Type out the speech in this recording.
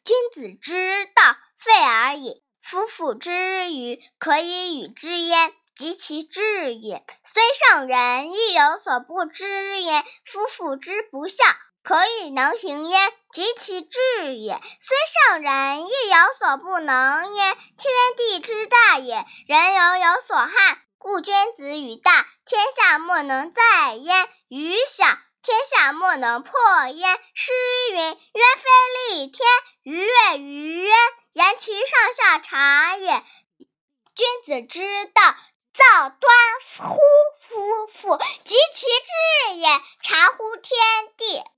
君子之道废而已，夫妇之愚，可以与之焉，及其智也。虽圣人亦有所不知焉，夫妇之不孝，可以能行焉，及其智也。虽圣人亦有所不能焉，天地之大也，人有所憾，故君子与大，天下莫能载焉；与小，天下莫能破焉。诗云：曰非利天，逾越于渊，言其上下察也。君子之道，造端乎夫妇，及其智也，察乎天地。